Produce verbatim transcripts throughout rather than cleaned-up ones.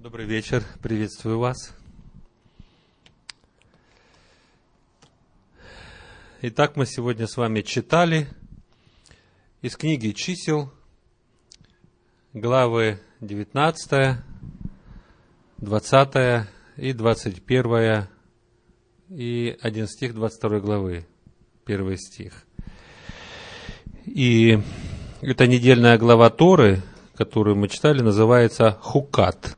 Добрый вечер, приветствую вас. Итак, мы сегодня с вами читали из книги «Чисел», главы девятнадцатая, двадцатая и двадцать первая, и один стих двадцать второй главы, первый стих. И эта недельная глава Торы, которую мы читали, называется «Хукат».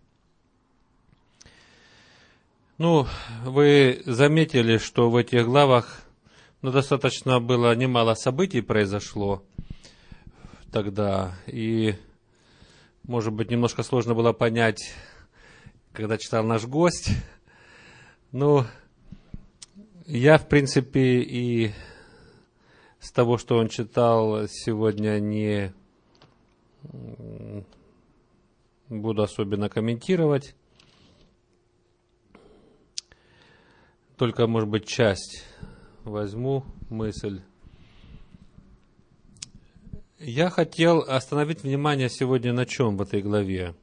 Ну, вы заметили, что в этих главах ну, достаточно было немало событий произошло тогда, и, может быть, немножко сложно было понять, когда читал наш гость. Ну, я, в принципе, и с того, что он читал, сегодня не буду особенно комментировать. Только, может быть, часть возьму мысль. Я хотел остановить внимание сегодня на чем в этой главе?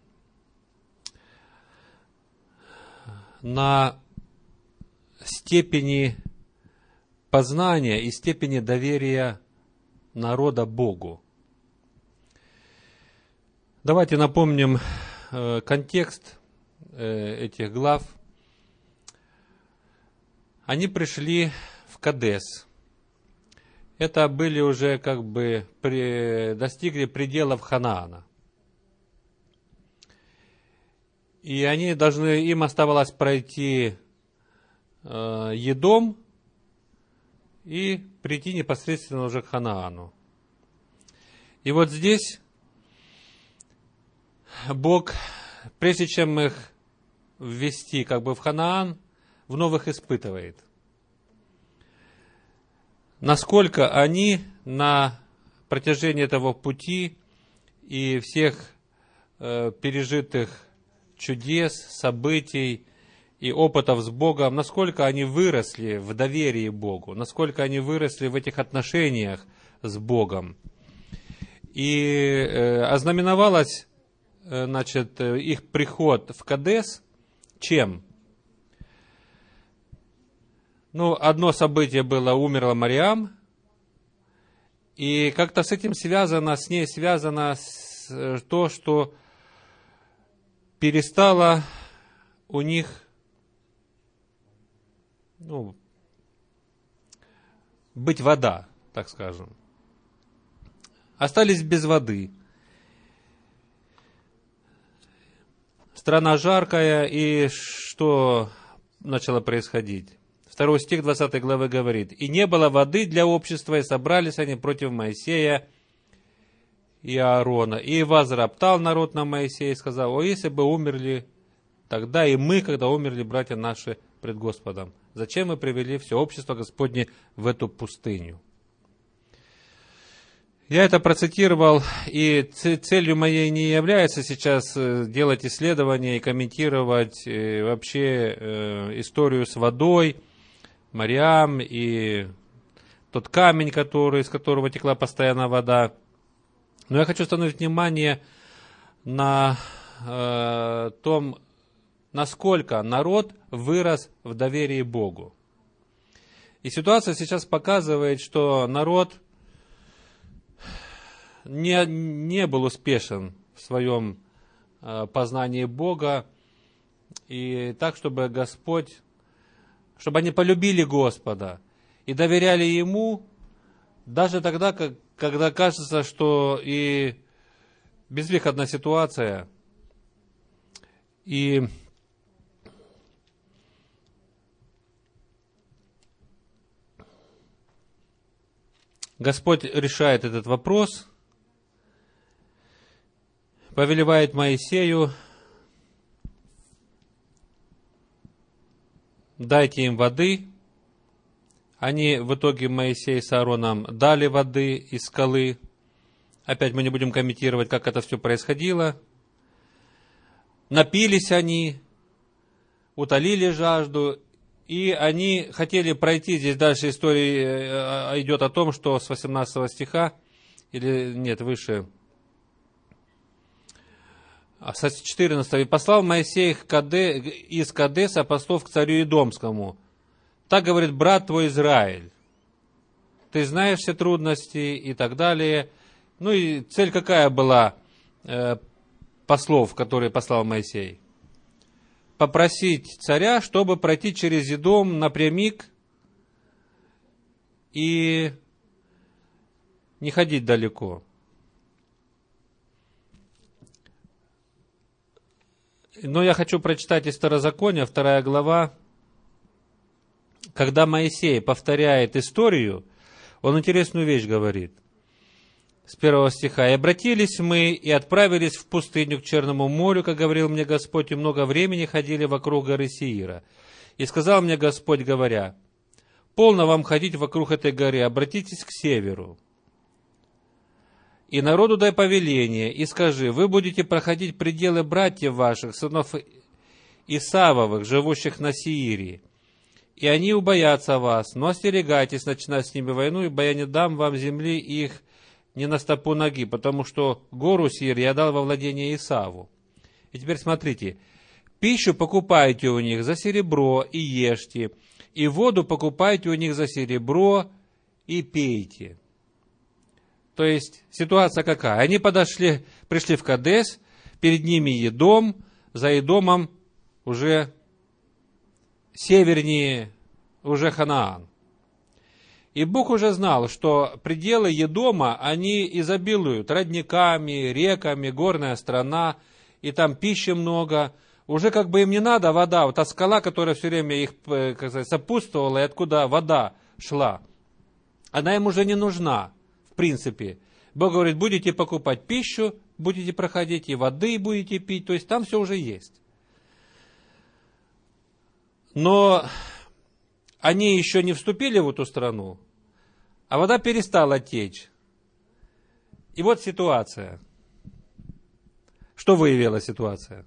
На степени познания и степени доверия народа Богу. Давайте напомним э, контекст э, этих глав. Они пришли в Кадес. Это были уже как бы при, достигли пределов Ханаана. И они должны, им оставалось пройти э, Едом и прийти непосредственно уже к Ханаану. И вот здесь Бог, прежде чем их ввести как бы в Ханаан, вновь их испытывает. Насколько они на протяжении этого пути и всех э, пережитых чудес, событий и опытов с Богом, насколько они выросли в доверии Богу, насколько они выросли в этих отношениях с Богом. И э, ознаменовалось, э, значит, их приход в Кадес чем? Ну, одно событие было, умерла Мариам, и как-то с этим связано, с ней связано то, что перестало у них, ну, быть вода, так скажем. Остались без воды. Страна жаркая, и что начало происходить? Второй стих двадцатой главы говорит: «И не было воды для общества, и собрались они против Моисея и Аарона. И возроптал народ на Моисея, и сказал: о, если бы умерли тогда и мы, когда умерли братья наши пред Господом, зачем мы привели все общество Господне в эту пустыню?» Я это процитировал, и целью моей не является сейчас делать исследования и комментировать вообще историю с водой, Мариам и тот камень, который, из которого текла постоянно вода. Но я хочу остановить внимание на э, том, насколько народ вырос в доверии Богу. И ситуация сейчас показывает, что народ не, не был успешен в своем э, познании Бога, и так, чтобы Господь, чтобы они полюбили Господа и доверяли Ему, даже тогда, как, когда кажется, что и безвыходная ситуация, и Господь решает этот вопрос, повелевает Моисею: дайте им воды. Они в итоге, Моисей с Аароном, дали воды из скалы. Опять мы не будем комментировать, как это все происходило. Напились они, утолили жажду, и они хотели пройти. Здесь дальше история идет о том, что с восемнадцатого стиха, или нет, выше, Со четырнадцатого. «И послал Моисей из Кадеса послов к царю Идомскому. Так говорит брат твой Израиль. Ты знаешь все трудности» и так далее. Ну и цель какая была э, послов, которые послал Моисей? Попросить царя, чтобы пройти через Идом напрямик и не ходить далеко. Но я хочу прочитать из Второзакония, вторая глава. Когда Моисей повторяет историю, он интересную вещь говорит. С первого стиха. «И обратились мы, и отправились в пустыню к Черному морю, как говорил мне Господь, и много времени ходили вокруг горы Сиира. И сказал мне Господь, говоря, полно вам ходить вокруг этой горы, обратитесь к северу. И народу дай повеление, и скажи, вы будете проходить пределы братьев ваших, сынов Исавовых, живущих на Сиире, и они убоятся вас, но остерегайтесь начинать с ними войну, ибо я не дам вам земли их не на стопу ноги, потому что гору Сиир я дал во владение Исаву». И теперь смотрите, пищу покупайте у них за серебро и ешьте, и воду покупайте у них за серебро и пейте. То есть ситуация какая? Они подошли, пришли в Кадес, перед ними Едом, за Едомом уже севернее, уже Ханаан. И Бог уже знал, что пределы Едома, они изобилуют родниками, реками, горная страна, и там пищи много. Уже как бы им не надо вода, вот та скала, которая все время их, как сказать, сопутствовала, и откуда вода шла, она им уже не нужна, в принципе. Бог говорит, будете покупать пищу, будете проходить, и воды будете пить, то есть там все уже есть. Но они еще не вступили в эту страну, а вода перестала течь. И вот ситуация. Что выявила ситуация?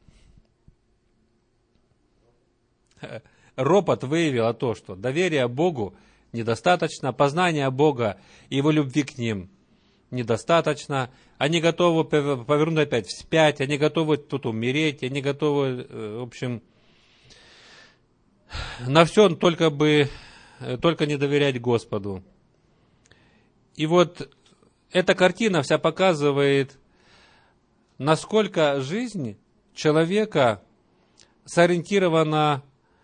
Ропот выявил то, что доверия Богу недостаточно, познания Бога и Его любви к ним недостаточно. Они готовы повернуть опять вспять, они готовы тут умереть, они готовы, в общем, на все только бы, только не доверять Господу. И вот эта картина вся показывает, насколько жизнь человека сориентирована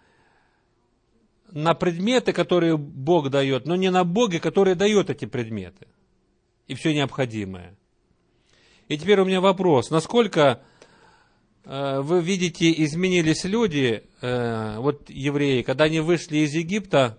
на предметы, которые Бог дает, но не на Боге, который дает эти предметы и все необходимое. И теперь у меня вопрос, насколько э, вы видите, изменились люди, э, вот евреи, когда они вышли из Египта,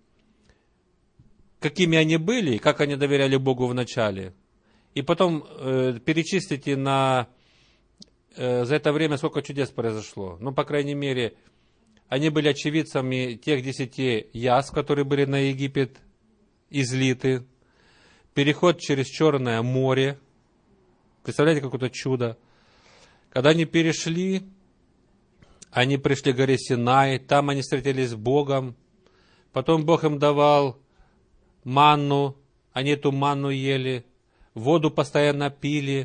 какими они были, как они доверяли Богу в начале, и потом э, перечислите на, э, за это время, сколько чудес произошло. Ну, по крайней мере, они были очевидцами тех десяти язв, которые были на Египет излиты. Переход через Черное море. Представляете, какое-то чудо. Когда они перешли, они пришли к горе Синай, там они встретились с Богом. Потом Бог им давал манну, они эту манну ели, воду постоянно пили.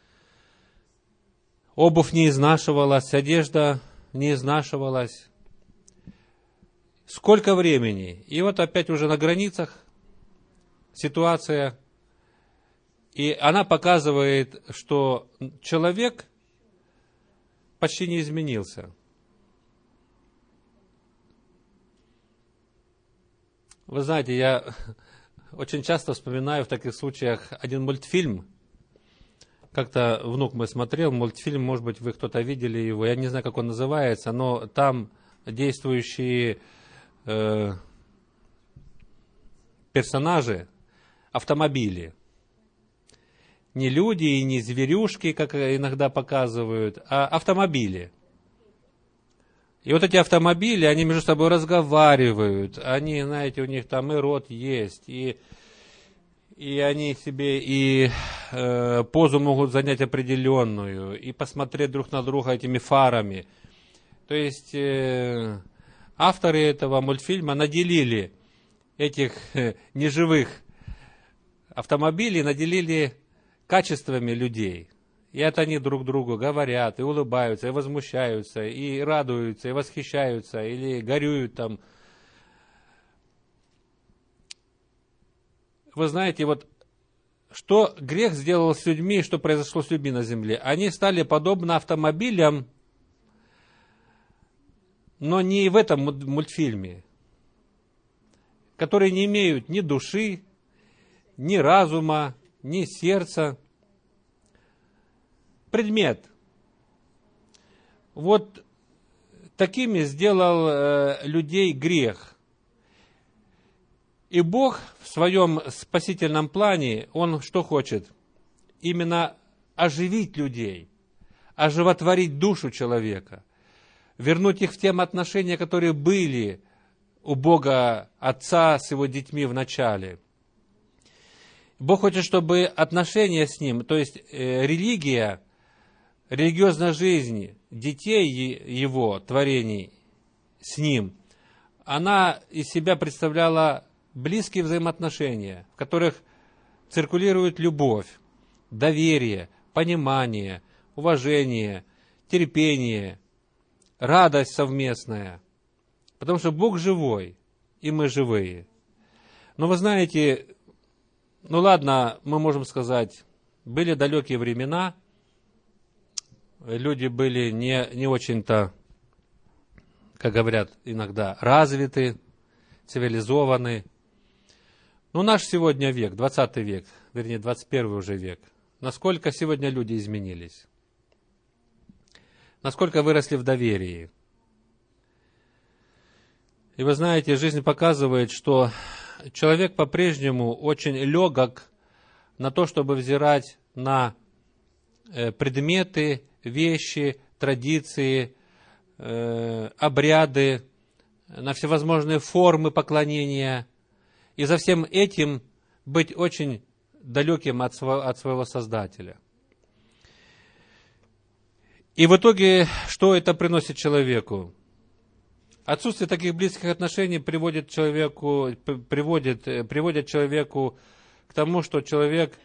Обувь не изнашивалась, одежда не изнашивалась. Сколько времени? И вот опять уже на границах ситуация. И она показывает, что человек почти не изменился. Вы знаете, я очень часто вспоминаю в таких случаях один мультфильм. Как-то внук мой смотрел мультфильм, может быть, вы кто-то видели его, я не знаю, как он называется, но там действующие э, персонажи, автомобили. Не люди и не зверюшки, как иногда показывают, а автомобили. И вот эти автомобили, они между собой разговаривают, они, знаете, у них там и рот есть, и, и они себе и э, позу могут занять определенную, и посмотреть друг на друга этими фарами. То есть э, авторы этого мультфильма наделили этих э, неживых автомобилей, наделили качествами людей. И это они друг другу говорят, и улыбаются, и возмущаются, и радуются, и восхищаются, или горюют там. Вы знаете, вот что грех сделал с людьми, что произошло с людьми на земле? Они стали подобны автомобилям, но не в этом мультфильме, которые не имеют ни души, ни разума, ни сердца. Предмет. Вот такими сделал э, людей грех. И Бог в своем спасительном плане, Он что хочет? Именно оживить людей, оживотворить душу человека, вернуть их в те отношения, которые были у Бога Отца с Его детьми в начале. Бог хочет, чтобы отношения с Ним, то есть э, религия, религиозная жизнь детей Его, творений с Ним, она из себя представляла близкие взаимоотношения, в которых циркулирует любовь, доверие, понимание, уважение, терпение, радость совместная. Потому что Бог живой, и мы живые. Но вы знаете, ну ладно, мы можем сказать, были далекие времена, люди были не, не очень-то, как говорят иногда, развиты, цивилизованы. Но наш сегодня век, двадцатый век, вернее, двадцать первый уже век, насколько сегодня люди изменились? Насколько выросли в доверии? И вы знаете, жизнь показывает, что человек по-прежнему очень легок на то, чтобы взирать на предметы, вещи, традиции, обряды, на всевозможные формы поклонения, и за всем этим быть очень далеким от своего, от своего Создателя. И в итоге, что это приносит человеку? Отсутствие таких близких отношений приводит человеку, приводит, приводит человеку к тому, что человек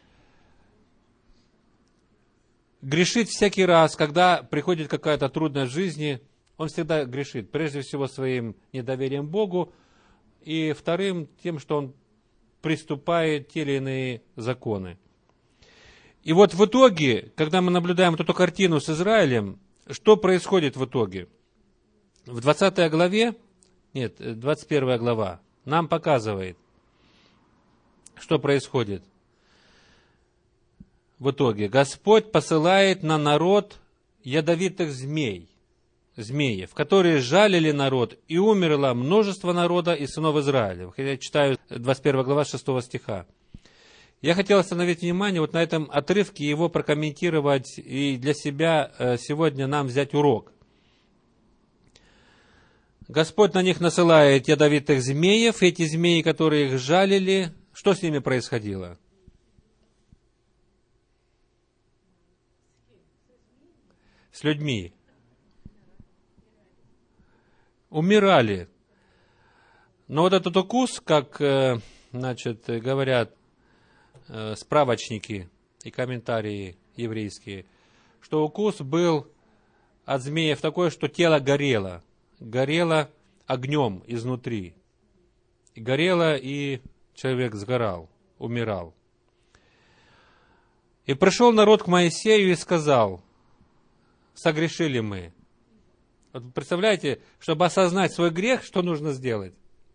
грешит всякий раз, когда приходит какая-то трудность в жизни, он всегда грешит, прежде всего своим недоверием Богу, и вторым тем, что он приступает те или иные законы. И вот в итоге, когда мы наблюдаем эту картину с Израилем, что происходит в итоге? В двадцатой главе, нет, двадцать первая глава, нам показывает, что происходит в итоге. Господь посылает на народ ядовитых змей, змеев, которые жалили народ, и умерло множество народа и сынов Израилев. Я читаю двадцать первая глава, шестого стиха. Я хотел остановить внимание вот на этом отрывке, его прокомментировать и для себя сегодня нам взять урок. Господь на них насылает ядовитых змеев, эти змеи, которые их жалили, что с ними происходило? С людьми. Умирали. Но вот этот укус, как, значит, говорят справочники и комментарии еврейские, что укус был от змеев такой, что тело горело. Горело огнем изнутри. Горело, и человек сгорал, умирал. И пришел народ к Моисею и сказал: согрешили мы. Вот представляете, чтобы осознать свой грех, что нужно сделать?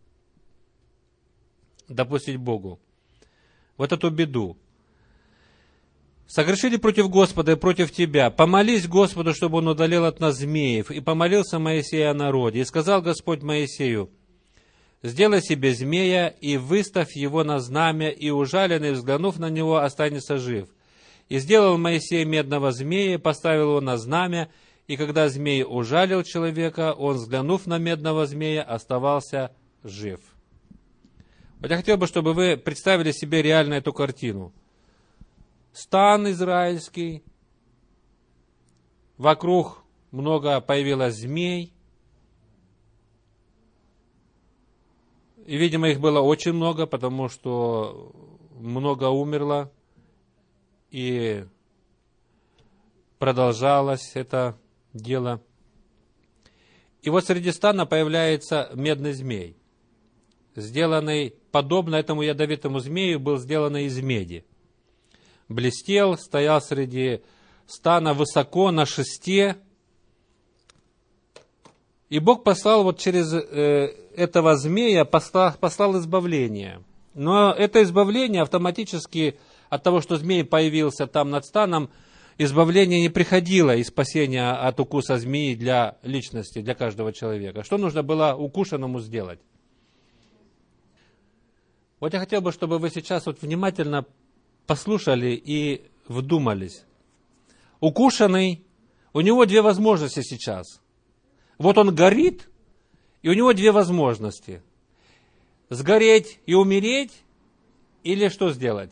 Допустить Богу вот эту беду. Согрешили против Господа и против тебя. Помолись Господу, чтобы Он удалил от нас змеев. И помолился Моисей о народе. И сказал Господь Моисею: сделай себе змея и выставь его на знамя, и ужаленный, взглянув на него, останется жив. И сделал Моисей медного змея, и поставил его на знамя, и когда змей ужалил человека, он, взглянув на медного змея, оставался жив. Вот я хотел бы, чтобы вы представили себе реально эту картину. Стан израильский, вокруг много появилось змей, и, видимо, их было очень много, потому что много умерло, и продолжалось это дело. И вот среди стана появляется медный змей, сделанный, подобно этому ядовитому змею, был сделанный из меди. Блестел, стоял среди стана высоко на шесте. И Бог послал вот через э, этого змея, послал, послал избавление. Но это избавление автоматически от того, что змей появился там над станом, избавление не приходило и спасение от укуса змеи для личности, для каждого человека. Что нужно было укушенному сделать? Вот я хотел бы, чтобы вы сейчас вот внимательно послушали и вдумались. Укушенный, у него две возможности сейчас. Вот он горит, и у него две возможности. Сгореть и умереть, или что сделать?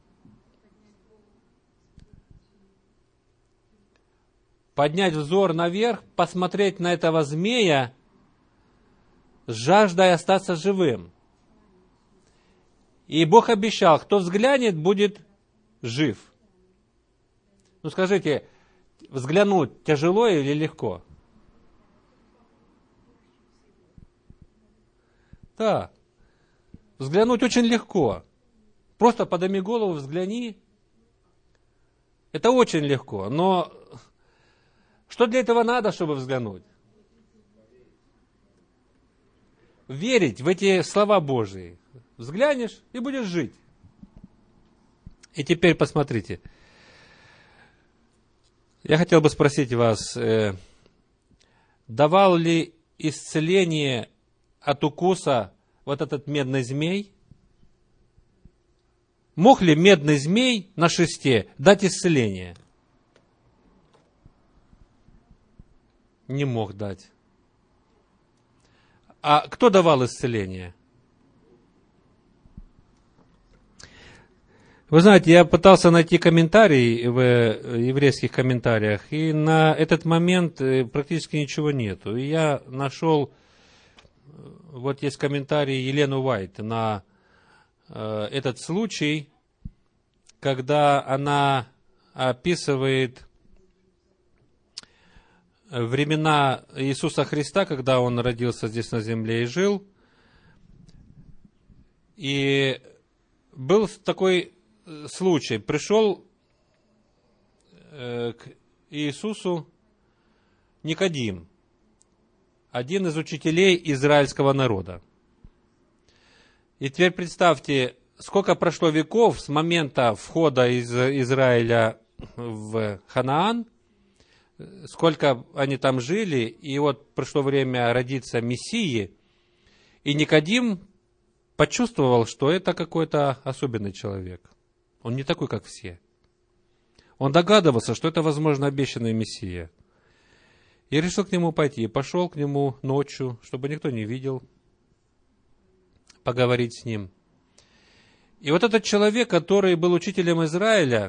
Поднять взор наверх, посмотреть на этого змея, с жаждой остаться живым. И Бог обещал, кто взглянет, будет жив. Ну скажите, взглянуть тяжело или легко? Да, взглянуть очень легко. Просто подними голову, взгляни. Это очень легко, но что для этого надо, чтобы взглянуть? Верить в эти слова Божии. Взглянешь и будешь жить. И теперь посмотрите. Я хотел бы спросить вас, э, давал ли исцеление от укуса вот этот медный змей? Мог ли медный змей на шесте дать исцеление? Не мог дать. А кто давал исцеление? Вы знаете, я пытался найти комментарий в еврейских комментариях, и на этот момент практически ничего нету. И я нашел, вот есть комментарий Елены Уайт на э, этот случай, когда она описывает времена Иисуса Христа, когда Он родился здесь на земле и жил. И был такой случай. Пришел к Иисусу Никодим, один из учителей израильского народа. И теперь представьте, сколько прошло веков с момента входа из Израиля в Ханаан, сколько они там жили, и вот пришло время родиться Мессии, и Никодим почувствовал, что это какой-то особенный человек. Он не такой, как все. Он догадывался, что это, возможно, обещанный Мессия. И решил к нему пойти. Пошел к нему ночью, чтобы никто не видел, поговорить с ним. И вот этот человек, который был учителем Израиля,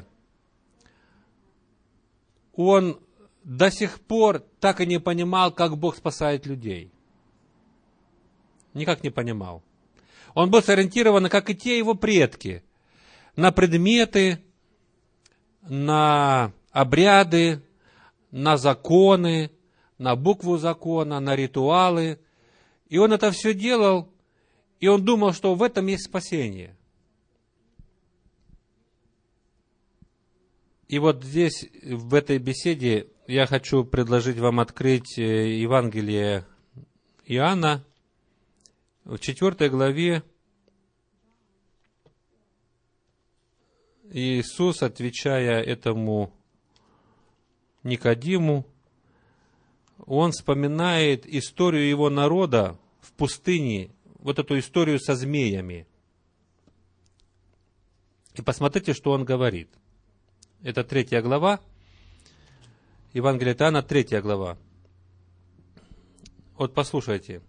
он до сих пор так и не понимал, как Бог спасает людей. Никак не понимал. Он был сориентирован, как и те его предки, на предметы, на обряды, на законы, на букву закона, на ритуалы. И он это все делал, и он думал, что в этом есть спасение. И вот здесь, в этой беседе, я хочу предложить вам открыть Евангелие Иоанна в четвёртой главе. Иисус, отвечая этому Никодиму, Он вспоминает историю его народа в пустыне, вот эту историю со змеями. И посмотрите, что Он говорит. Это третья глава, Евангелие от Иоанна, третья глава. Вот послушайте.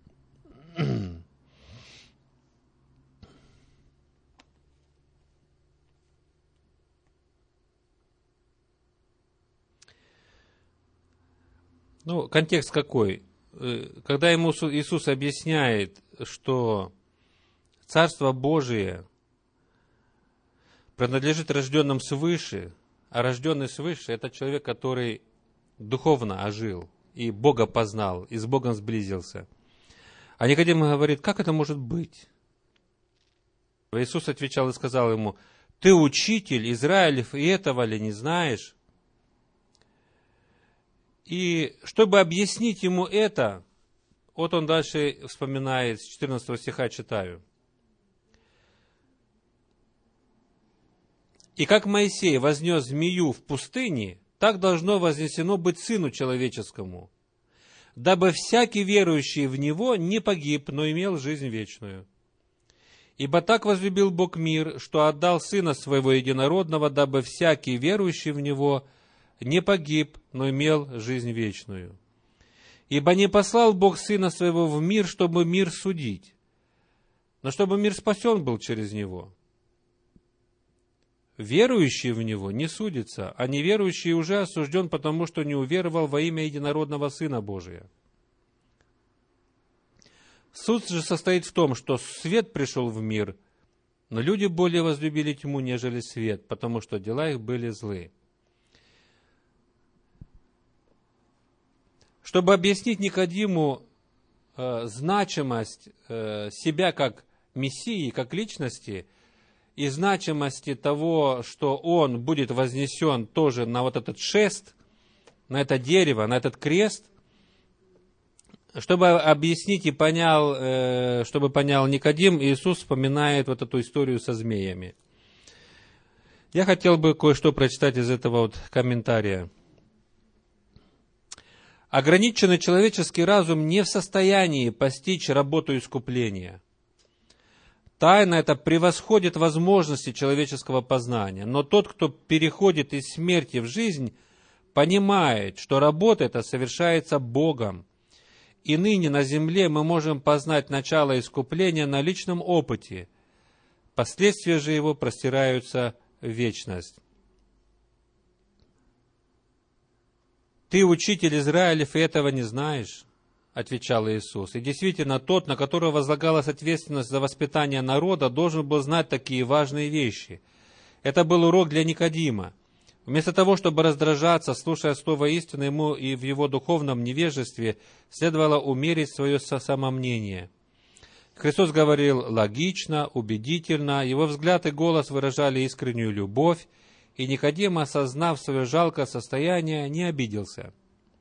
Ну, контекст какой? Когда ему Иисус объясняет, что Царство Божие принадлежит рожденным свыше, А рожденный свыше – это человек, который духовно ожил, и Бога познал, и с Богом сблизился. А Никодим говорит, как это может быть? Иисус отвечал и сказал ему, ты учитель Израилев, и этого ли не знаешь? И чтобы объяснить ему это, вот он дальше вспоминает, с четырнадцатого стиха читаю. «И как Моисей вознес змею в пустыне, так должно вознесено быть Сыну Человеческому, дабы всякий верующий в Него не погиб, но имел жизнь вечную. Ибо так возлюбил Бог мир, что отдал Сына Своего Единородного, дабы всякий верующий в Него не погиб, но имел жизнь вечную. Ибо не послал Бог Сына Своего в мир, чтобы мир судить, но чтобы мир спасен был через Него. Верующий в Него не судится, а неверующий уже осужден, потому что не уверовал во имя Единородного Сына Божия. Суд же состоит в том, что свет пришел в мир, но люди более возлюбили тьму, нежели свет, потому что дела их были злы». Чтобы объяснить Никодиму э, значимость э, себя как Мессии, как личности, и значимости того, что он будет вознесен тоже на вот этот шест, на это дерево, на этот крест, чтобы объяснить и понял, э, чтобы понял Никодим, Иисус вспоминает вот эту историю со змеями. Я хотел бы кое-что прочитать из этого вот комментария. Ограниченный человеческий разум не в состоянии постичь работу искупления. Тайна эта превосходит возможности человеческого познания, но тот, кто переходит из смерти в жизнь, понимает, что работа эта совершается Богом. И ныне на земле мы можем познать начало искупления на личном опыте. Последствия же его простираются в вечность. «Ты, учитель Израилев, и этого не знаешь?» — отвечал Иисус. И действительно, тот, на которого возлагалась ответственность за воспитание народа, должен был знать такие важные вещи. Это был урок для Никодима. Вместо того, чтобы раздражаться, слушая слово истины, ему и в его духовном невежестве следовало умерить свое самомнение. Христос говорил логично, убедительно, его взгляд и голос выражали искреннюю любовь, и Никодим, осознав свое жалкое состояние, не обиделся.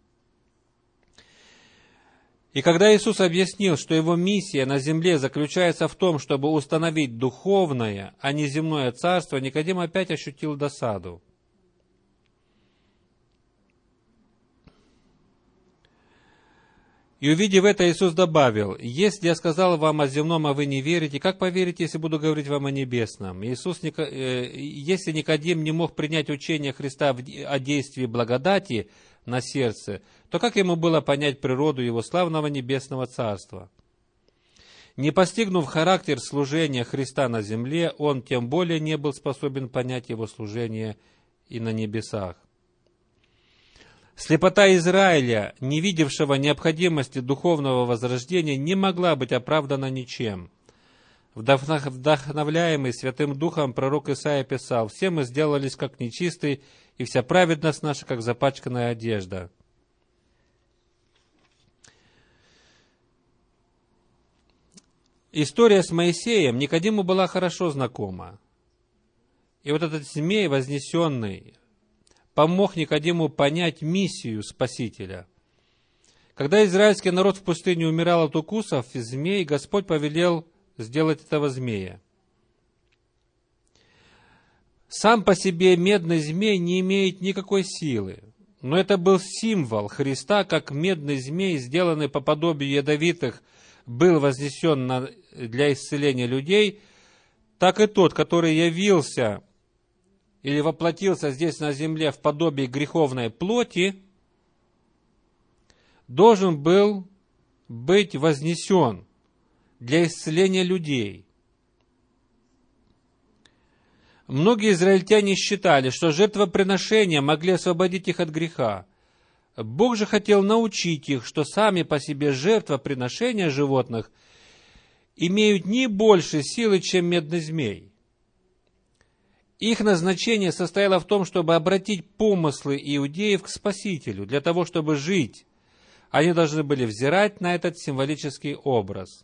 И когда Иисус объяснил, что его миссия на земле заключается в том, чтобы установить духовное, а не земное царство, Никодим опять ощутил досаду. И увидев это, Иисус добавил: «Если я сказал вам о земном, а вы не верите, как поверите, если буду говорить вам о небесном?» Иисус, если Никодим не мог принять учение Христа о действии благодати на сердце, то как ему было понять природу его славного небесного царства? Не постигнув характер служения Христа на земле, он тем более не был способен понять его служение и на небесах. Слепота Израиля, не видевшего необходимости духовного возрождения, не могла быть оправдана ничем. Вдохновляемый Святым Духом, пророк Исаия писал: «Все мы сделались как нечистые, и вся праведность наша, как запачканная одежда». История с Моисеем Никодиму была хорошо знакома. И вот этот змей вознесенный помог Никодиму понять миссию Спасителя. Когда израильский народ в пустыне умирал от укусов змей, Господь повелел сделать этого змея. Сам по себе медный змей не имеет никакой силы, но это был символ Христа, как медный змей, сделанный по подобию ядовитых, был вознесен на, для исцеления людей, так и тот, который явился или воплотился здесь на земле в подобии греховной плоти, должен был быть вознесен для исцеления людей. Многие израильтяне считали, что жертвоприношения могли освободить их от греха. Бог же хотел научить их, что сами по себе жертвоприношения животных имеют не больше силы, чем медный змей. Их назначение состояло в том, чтобы обратить помыслы иудеев к Спасителю. Для того, чтобы жить, они должны были взирать на этот символический образ.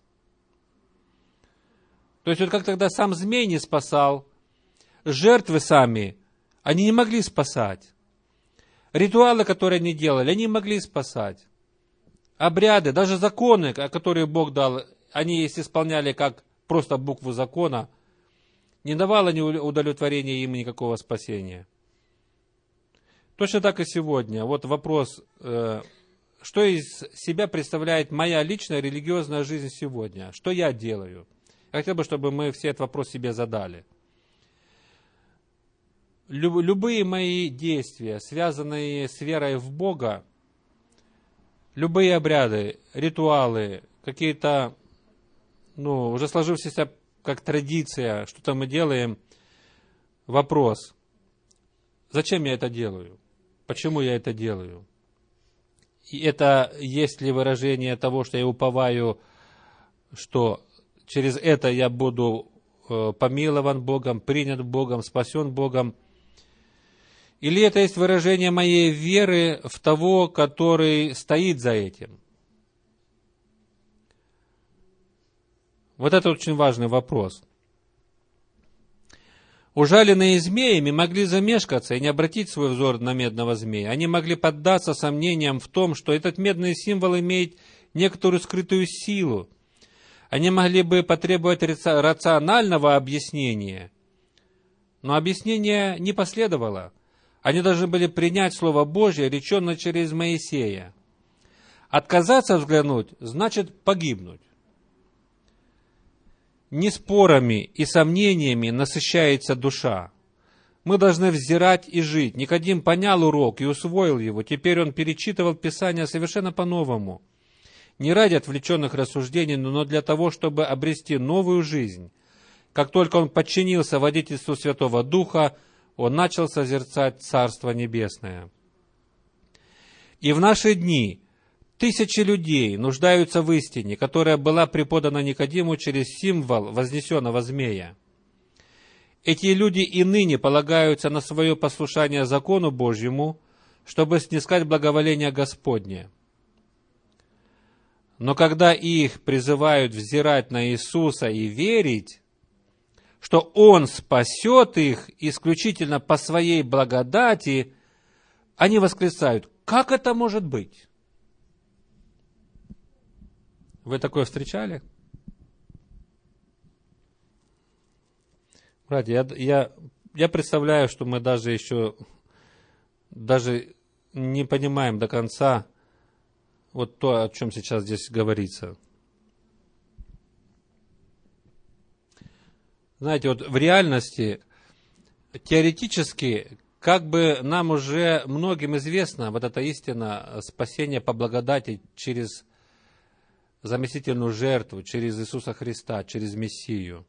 То есть, вот как тогда сам змей не спасал, жертвы сами, они не могли спасать. Ритуалы, которые они делали, они могли спасать. Обряды, даже законы, которые Бог дал, они, если исполняли как просто букву закона, не давало ни удовлетворения им никакого спасения. Точно так и сегодня. Вот вопрос, что из себя представляет моя личная религиозная жизнь сегодня? Что я делаю? Я хотел бы, чтобы мы все этот вопрос себе задали. Любые мои действия, связанные с верой в Бога, любые обряды, ритуалы, какие-то, ну, уже сложившиеся как традиция, что-то мы делаем, вопрос, зачем я это делаю? Почему я это делаю? И это есть ли выражение того, что я уповаю, что через это я буду помилован Богом, принят Богом, спасен Богом? Или это есть выражение моей веры в того, который стоит за этим? Вот это очень важный вопрос. Ужаленные змеями могли замешкаться и не обратить свой взор на медного змея. Они могли поддаться сомнениям в том, что этот медный символ имеет некоторую скрытую силу. Они могли бы потребовать рационального объяснения, но объяснение не последовало. Они должны были принять Слово Божье, реченное через Моисея. Отказаться взглянуть значит погибнуть. Не спорами и сомнениями насыщается душа. Мы должны взирать и жить. Никодим понял урок и усвоил его. Теперь он перечитывал Писание совершенно по-новому. Не ради отвлеченных рассуждений, но для того, чтобы обрести новую жизнь. Как только он подчинился водительству Святого Духа, он начал созерцать Царство Небесное. И в наши дни тысячи людей нуждаются в истине, которая была преподана Никодиму через символ вознесенного змея. Эти люди и ныне полагаются на свое послушание закону Божьему, чтобы снискать благоволение Господне. Но когда их призывают взирать на Иисуса и верить, что Он спасет их исключительно по Своей благодати, они восклицают: как это может быть? Вы такое встречали? Братья, я, я, я представляю, что мы даже еще даже не понимаем до конца вот то, о чем сейчас здесь говорится. Знаете, вот в реальности, теоретически, как бы нам уже многим известна вот эта истина спасения по благодати через заместительную жертву, через Иисуса Христа, через Мессию.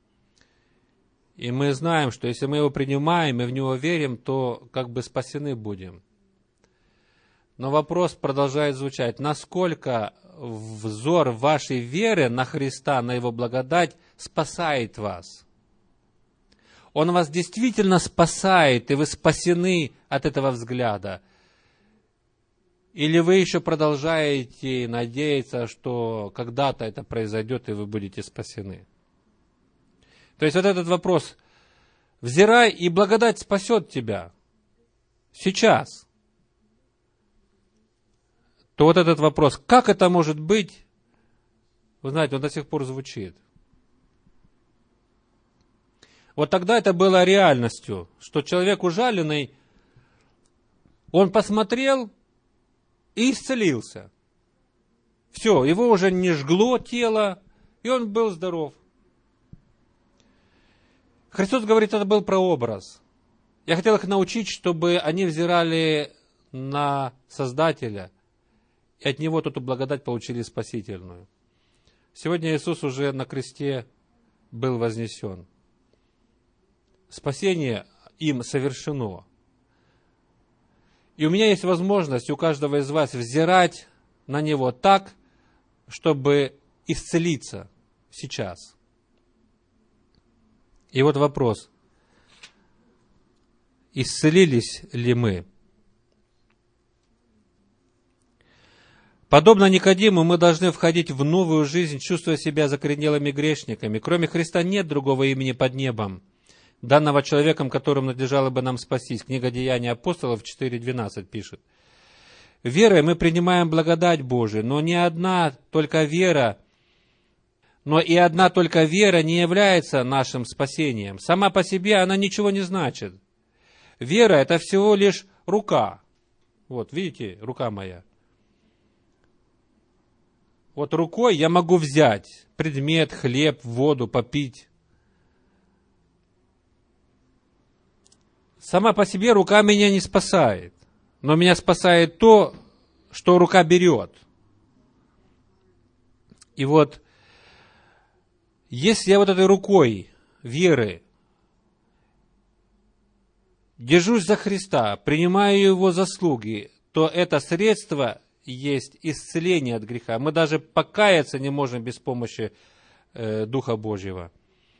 И мы знаем, что если мы Его принимаем и в Него верим, то как бы спасены будем. Но вопрос продолжает звучать: насколько взор вашей веры на Христа, на Его благодать спасает вас? Он вас действительно спасает, и вы спасены от этого взгляда? Или вы еще продолжаете надеяться, что когда-то это произойдет, и вы будете спасены? То есть вот этот вопрос: взирай, и благодать спасет тебя сейчас. То вот этот вопрос, как это может быть, вы знаете, он до сих пор звучит. Вот тогда это было реальностью, что человек ужаленный, он посмотрел и исцелился. Все, его уже не жгло тело, и он был здоров. Христос говорит, это был прообраз. Я хотел их научить, чтобы они взирали на Создателя, и от Него эту благодать получили спасительную. Сегодня Иисус уже на кресте был вознесен. Спасение им совершено. И у меня есть возможность у каждого из вас взирать на Него так, чтобы исцелиться сейчас. И вот вопрос. исцелились ли мы? Подобно Никодиму, мы должны входить в новую жизнь, чувствуя себя закоренелыми грешниками. Кроме Христа нет другого имени под небом, данного человеком, которым надлежало бы нам спастись. Книга Деяний апостолов четыре двенадцать пишет. Верой мы принимаем благодать Божию, но не одна только вера, но и одна только вера не является нашим спасением. Сама по себе она ничего не значит. Вера – это всего лишь рука. Вот, видите, рука моя. Вот рукой я могу взять предмет, хлеб, воду, попить. Сама по себе рука меня не спасает. Но меня спасает то, что рука берет. И вот, если я вот этой рукой веры держусь за Христа, принимаю Его заслуги, то это средство есть исцеление от греха. Мы даже покаяться не можем без помощи э, Духа Божьего.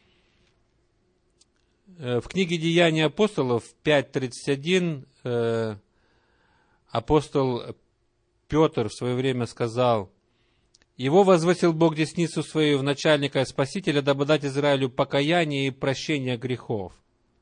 Э, в книге Деяний апостолов пять тридцать один э, апостол Петр в свое время сказал: «Его возвысил Бог десницу свою в начальника и Спасителя, дабы дать Израилю покаяние и прощение грехов».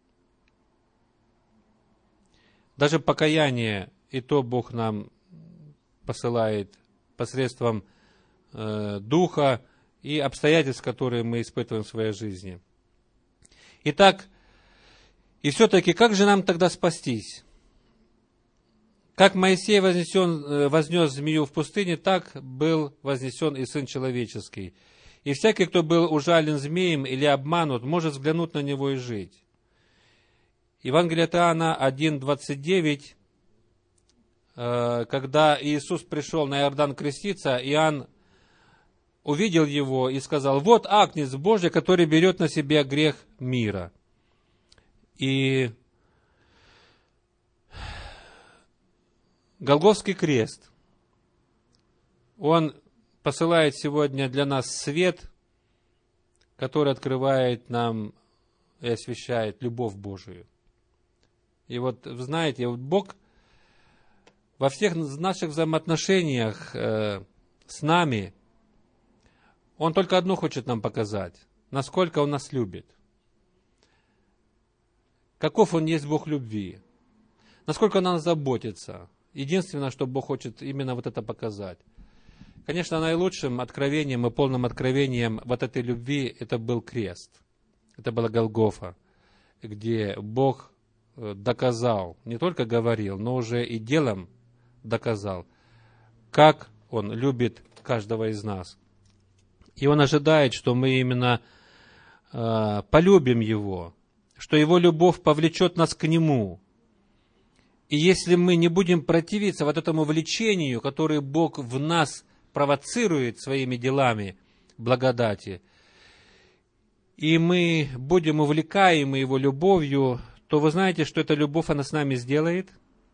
Даже покаяние, и то Бог нам посылает посредством э, Духа и обстоятельств, которые мы испытываем в своей жизни. Итак, и все-таки, как же нам тогда спастись? Как Моисей вознесен, вознес змею в пустыне, так был вознесен и Сын Человеческий. И всякий, кто был ужален змеем или обманут, может взглянуть на него и жить. Евангелие от Иоанна один двадцать девять, когда Иисус пришел на Иордан креститься, Иоанн увидел его и сказал: «Вот Агнец Божий, который берет на себя грех мира». И Голгофский крест, он посылает сегодня для нас свет, который открывает нам и освещает любовь Божию. И вот, вы знаете, вот Бог во всех наших взаимоотношениях э, с нами, Он только одно хочет нам показать: насколько Он нас любит. Каков Он есть Бог любви. Насколько Он о нас заботится. Единственное, что Бог хочет именно вот это показать. Конечно, наилучшим откровением и полным откровением вот этой любви это был крест. Это была Голгофа, где Бог доказал, не только говорил, но уже и делом доказал, как Он любит каждого из нас. И Он ожидает, что мы именно э, полюбим Его, что Его любовь повлечет нас к Нему. И если мы не будем противиться вот этому влечению, которое Бог в нас провоцирует своими делами благодати, и мы будем увлекаемы Его любовью, то вы знаете, что эта любовь, она с нами сделает?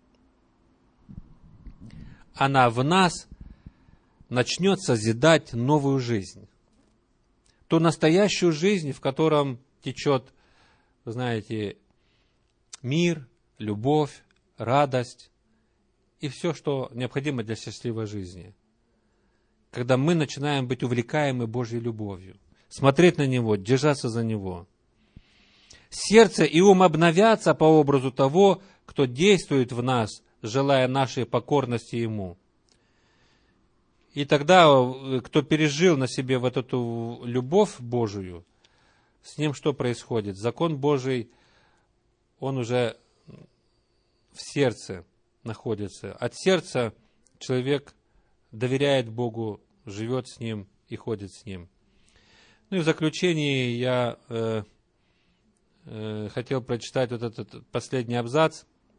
Она в нас начнет созидать новую жизнь. Ту настоящую жизнь, в котором течет, вы знаете, мир, любовь, радость и все, что необходимо для счастливой жизни. Когда мы начинаем быть увлекаемы Божьей любовью, смотреть на Него, держаться за Него. Сердце и ум обновятся по образу того, кто действует в нас, желая нашей покорности Ему. И тогда, кто пережил на себе вот эту любовь Божию, с ним что происходит? Закон Божий, он уже в сердце находится. От сердца человек доверяет Богу, живет с Ним и ходит с Ним. Ну и в заключении я э, э, хотел прочитать вот этот последний абзац.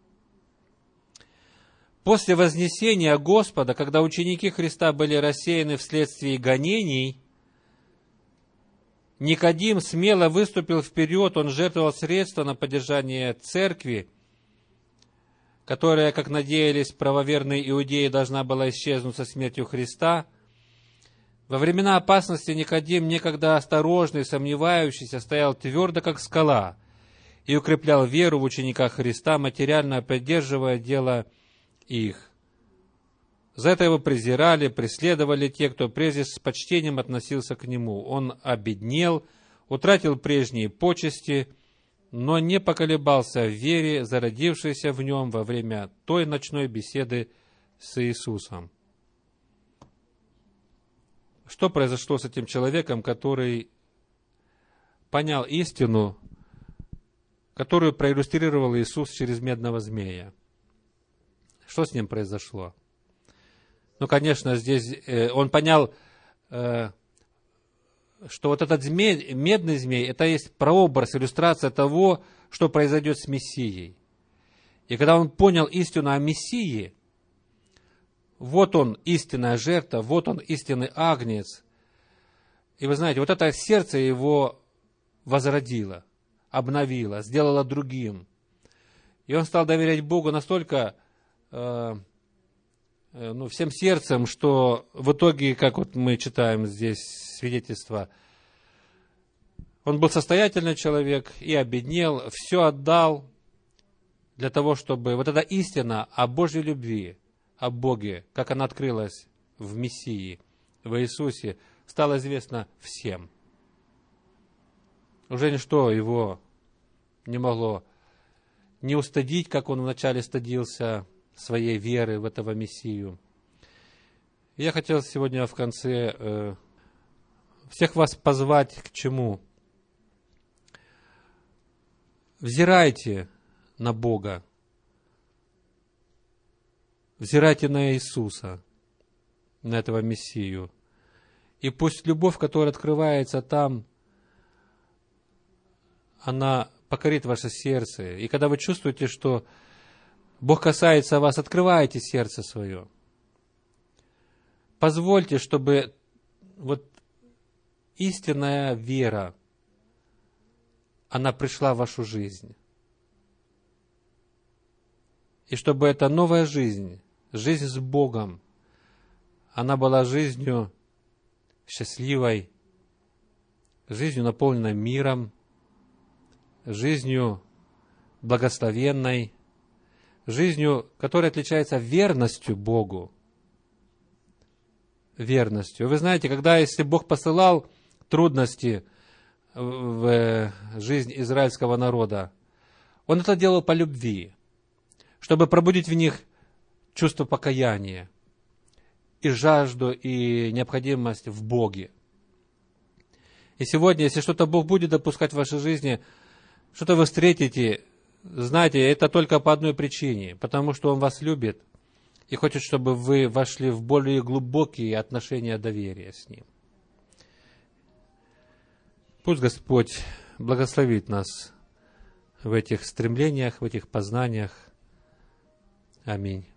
После вознесения Господа, когда ученики Христа были рассеяны вследствие гонений, Никодим смело выступил вперед, он жертвовал средства на поддержание церкви, которая, как надеялись правоверные иудеи, должна была исчезнуть со смертью Христа. Во времена опасности Никодим, некогда осторожный, сомневающийся, стоял твердо, как скала, и укреплял веру в учениках Христа, материально поддерживая дело их. За это его презирали, преследовали те, кто прежде с почтением относился к нему. Он обеднел, утратил прежние почести, но не поколебался в вере, зародившейся в нем во время той ночной беседы с Иисусом. Что произошло с этим человеком, который понял истину, которую проиллюстрировал Иисус через медного змея? Что с ним произошло? Ну, конечно, здесь э, он понял, э, что вот этот змей, медный змей, это есть прообраз, иллюстрация того, что произойдет с Мессией. И когда он понял истину о Мессии, вот он истинная жертва, вот он истинный агнец. И вы знаете, вот это сердце его возродило, обновило, сделало другим. И он стал доверять Богу настолько э, э, ну, всем сердцем, что в итоге, как вот мы читаем здесь свидетельство, он был состоятельный человек и обеднел, все отдал для того, чтобы вот эта истина о Божьей любви, о Боге, как она открылась в Мессии, в Иисусе, стало известно всем. Уже ничто его не могло не устыдить, как он вначале стыдился своей веры в этого Мессию. Я хотел сегодня в конце э, всех вас позвать к чему? Взирайте на Бога, взирайте на Иисуса, на этого Мессию. И пусть любовь, которая открывается там, она покорит ваше сердце. И когда вы чувствуете, что Бог касается вас, открывайте сердце свое. Позвольте, чтобы вот истинная вера, она пришла в вашу жизнь. И чтобы эта новая жизнь, жизнь с Богом, она была жизнью счастливой, жизнью, наполненной миром, жизнью благословенной, жизнью, которая отличается верностью Богу. Верностью. Вы знаете, когда, если Бог посылал трудности в жизнь израильского народа, Он это делал по любви, чтобы пробудить в них чувство покаяния и жажду, и необходимость в Боге. И сегодня, если что-то Бог будет допускать в вашей жизни, что-то вы встретите, знаете, это только по одной причине, потому что Он вас любит и хочет, чтобы вы вошли в более глубокие отношения доверия с Ним. Пусть Господь благословит нас в этих стремлениях, в этих познаниях. Аминь.